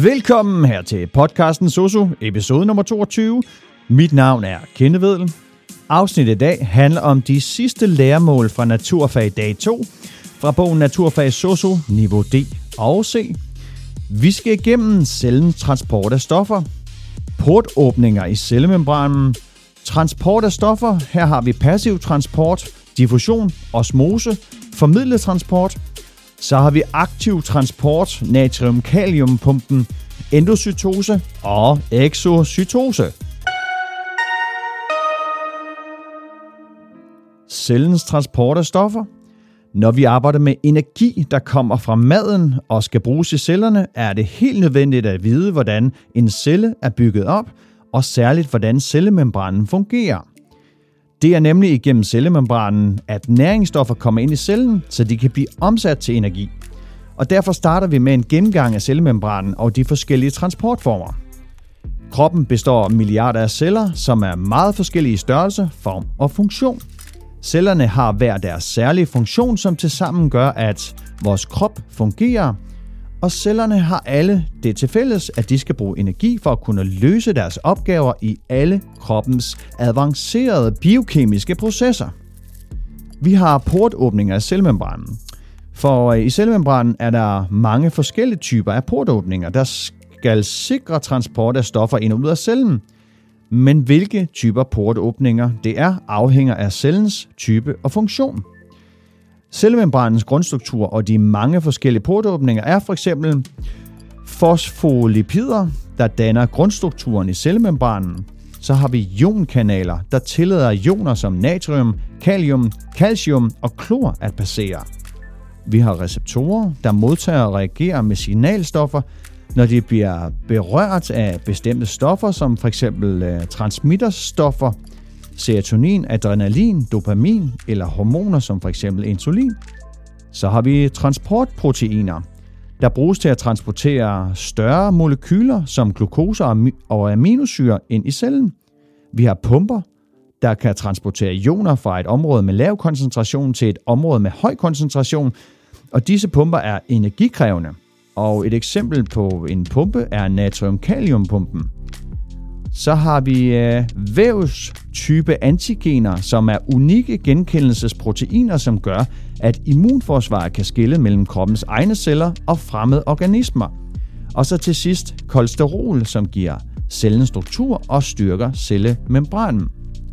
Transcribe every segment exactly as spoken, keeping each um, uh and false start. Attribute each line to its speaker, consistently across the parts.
Speaker 1: Velkommen her til podcasten Sosu, episode nummer toogtyve. Mit navn er Kenneth Vedel. Afsnittet i dag handler om de sidste læremål fra naturfag dag to, fra bogen Naturfag Sosu, niveau D og C. Vi skal igennem cellens transport af stoffer, portåbninger i cellemembranen, transport af stoffer, her har vi passiv transport, diffusion, osmose, formidlet transport. Så har vi aktiv transport, natrium-kalium-pumpen, endocytose og exocytose. Cellens transport af stoffer. Når vi arbejder med energi, der kommer fra maden og skal bruges i cellerne, er det helt nødvendigt at vide, hvordan en celle er bygget op, og særligt hvordan cellemembranen fungerer. Det er nemlig igennem cellemembranen, at næringsstoffer kommer ind i cellen, så de kan blive omsat til energi. Og derfor starter vi med en gennemgang af cellemembranen og de forskellige transportformer. Kroppen består af milliarder af celler, som er meget forskellige i størrelse, form og funktion. Cellerne har hver deres særlige funktion, som tilsammen gør, at vores krop fungerer. Og cellerne har alle det til fælles, at de skal bruge energi for at kunne løse deres opgaver i alle kroppens avancerede biokemiske processer. Vi har portåbninger af cellemembranen. For i cellemembranen er der mange forskellige typer af portåbninger, der skal sikre transport af stoffer ind og ud af cellen. Men hvilke typer portåbninger det er, afhænger af cellens type og funktion. Cellemembranens grundstruktur og de mange forskellige portåbninger er for eksempel fosfolipider, der danner grundstrukturen i cellemembranen. Så har vi ionkanaler, der tillader ioner som natrium, kalium, calcium og klor at passere. Vi har receptorer, der modtager og reagerer med signalstoffer, når de bliver berørt af bestemte stoffer, som f.eks. transmitterstoffer, serotonin, adrenalin, dopamin eller hormoner som f.eks. insulin. Så har vi transportproteiner, der bruges til at transportere større molekyler som glukose og aminosyre ind i cellen. Vi har pumper, der kan transportere ioner fra et område med lav koncentration til et område med høj koncentration, og disse pumper er energikrævende. Og et eksempel på en pumpe er natrium-kalium-pumpen. Så har vi øh, vævstype antigener, som er unikke genkendelsesproteiner, som gør, at immunforsvaret kan skille mellem kroppens egne celler og fremmede organismer. Og så til sidst kolesterol, som giver cellens struktur og styrker cellemembranen.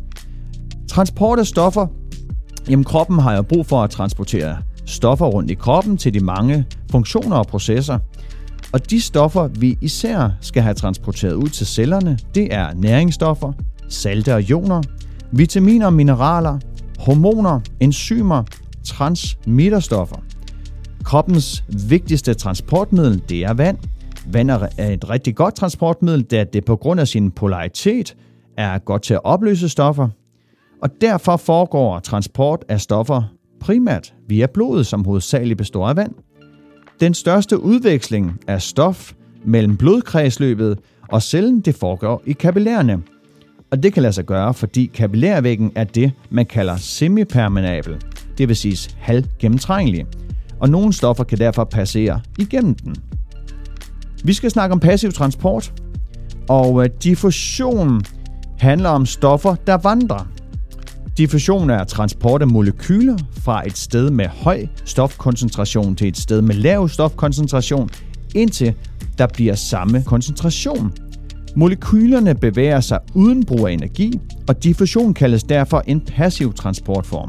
Speaker 1: Transport af stoffer. Jamen, kroppen har jo brug for at transportere stoffer rundt i kroppen til de mange funktioner og processer. Og de stoffer, vi især skal have transporteret ud til cellerne, det er næringsstoffer, salte og ioner, vitaminer og mineraler, hormoner, enzymer, transmitterstoffer. Kroppens vigtigste transportmiddel, det er vand. Vand er et rigtig godt transportmiddel, da det på grund af sin polaritet er godt til at opløse stoffer. Og derfor foregår transport af stoffer primært via blodet, som hovedsageligt består af vand. Den største udveksling af stof mellem blodkredsløbet og cellen, det foregår i kapillærerne. Og det kan lade sig gøre, fordi kapillærvæggen er det, man kalder semipermeabel, det vil sige halvgennemtrængelig. Og nogle stoffer kan derfor passere igennem den. Vi skal snakke om passiv transport, og diffusion handler om stoffer, der vandrer. Diffusion er transport af molekyler fra et sted med høj stofkoncentration til et sted med lav stofkoncentration, indtil der bliver samme koncentration. Molekylerne bevæger sig uden brug af energi, og diffusion kaldes derfor en passiv transportform.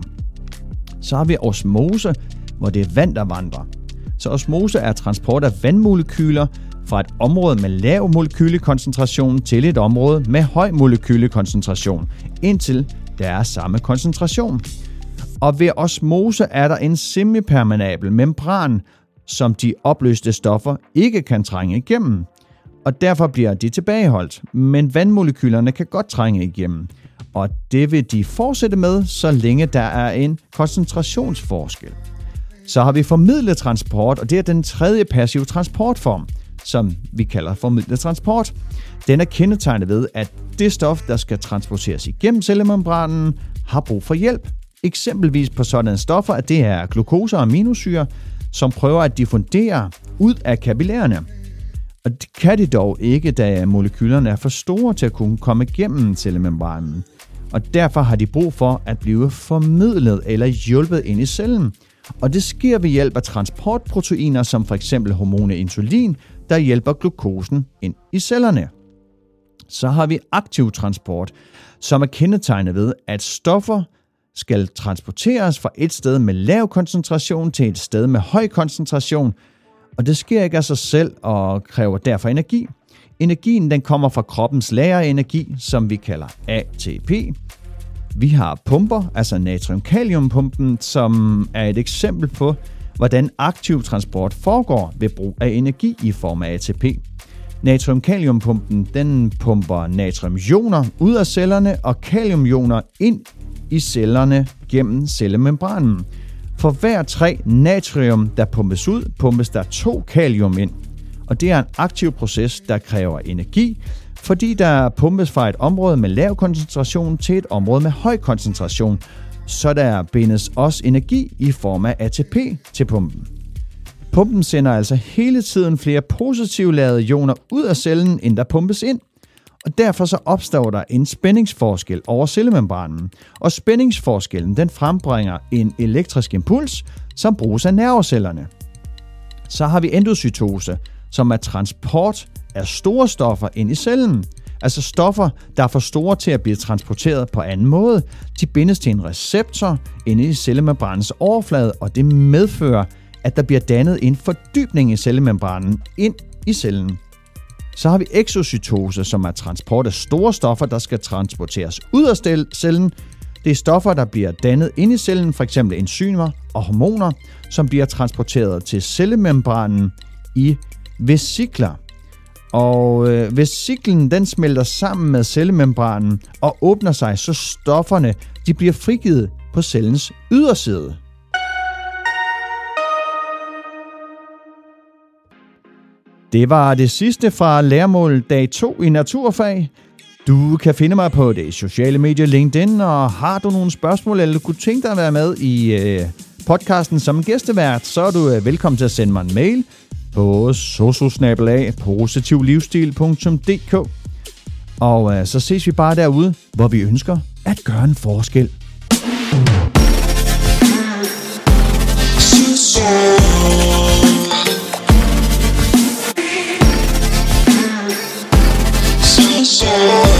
Speaker 1: Så har vi osmose, hvor det er vand, der vandrer. Så osmose er transport af vandmolekyler fra et område med lav molekylekoncentration til et område med høj molekylekoncentration, indtil der er samme koncentration. Og ved osmose er der en semipermeabel membran, som de opløste stoffer ikke kan trænge igennem. Og derfor bliver de tilbageholdt, men vandmolekylerne kan godt trænge igennem. Og det vil de fortsætte med, så længe der er en koncentrationsforskel. Så har vi formidlet transport, og det er den tredje passive transportform, som vi kalder formidlet transport. Den er kendetegnet ved, at det stof, der skal transporteres igennem cellemembranen, har brug for hjælp. Eksempelvis på sådanne stoffer, at det er glukose og aminosyre, som prøver at diffundere ud af kapillærerne. Og det kan de dog ikke, da molekylerne er for store til at kunne komme igennem cellemembranen. Og derfor har de brug for at blive formidlet eller hjulpet ind i cellen. Og det sker ved hjælp af transportproteiner som f.eks. hormonet insulin, der hjælper glukosen ind i cellerne. Så har vi aktiv transport, som er kendetegnet ved, at stoffer skal transporteres fra et sted med lav koncentration til et sted med høj koncentration, og det sker ikke af sig selv og kræver derfor energi. Energien den kommer fra kroppens lagerenergi, som vi kalder A T P. Vi har pumper, altså natrium-kalium-pumpen, som er et eksempel på, hvordan aktiv transport foregår ved brug af energi i form af A T P. Natrium-kalium-pumpen den pumper natriumioner ud af cellerne og kaliumioner ind i cellerne gennem cellemembranen. For hver tre natrium, der pumpes ud, pumpes der to kalium ind. Og det er en aktiv proces, der kræver energi, fordi der pumpes fra et område med lav koncentration til et område med høj koncentration, så der bindes også energi i form af A T P til pumpen. Pumpen sender altså hele tiden flere positivt ladede ioner ud af cellen, end der pumpes ind. Og derfor så opstår der en spændingsforskel over cellemembranen. Og spændingsforskellen den frembringer en elektrisk impuls, som bruges af nervecellerne. Så har vi endocytose, som er transport af store stoffer ind i cellen. Altså stoffer, der er for store til at blive transporteret på anden måde. De bindes til en receptor inde i cellemembranens overflade, og det medfører, at der bliver dannet en fordybning i cellemembranen ind i cellen. Så har vi exocytose, som er transport af store stoffer, der skal transporteres ud af cellen. Det er stoffer, der bliver dannet ind i cellen, f.eks. enzymer og hormoner, som bliver transporteret til cellemembranen i vesikler. Og øh, vesiklen den smelter sammen med cellemembranen og åbner sig, så stofferne de bliver frigivet på cellens yderside. Det var det sidste fra læremål dag to i naturfag. Du kan finde mig på det sociale medie LinkedIn, og har du nogle spørgsmål, eller du kunne tænke dig at være med i øh, podcasten som gæstevært, så er du øh, velkommen til at sende mig en mail på sosu bindestreg positivlivsstil punktum d k. Og øh, så ses vi bare derude, hvor vi ønsker at gøre en forskel. So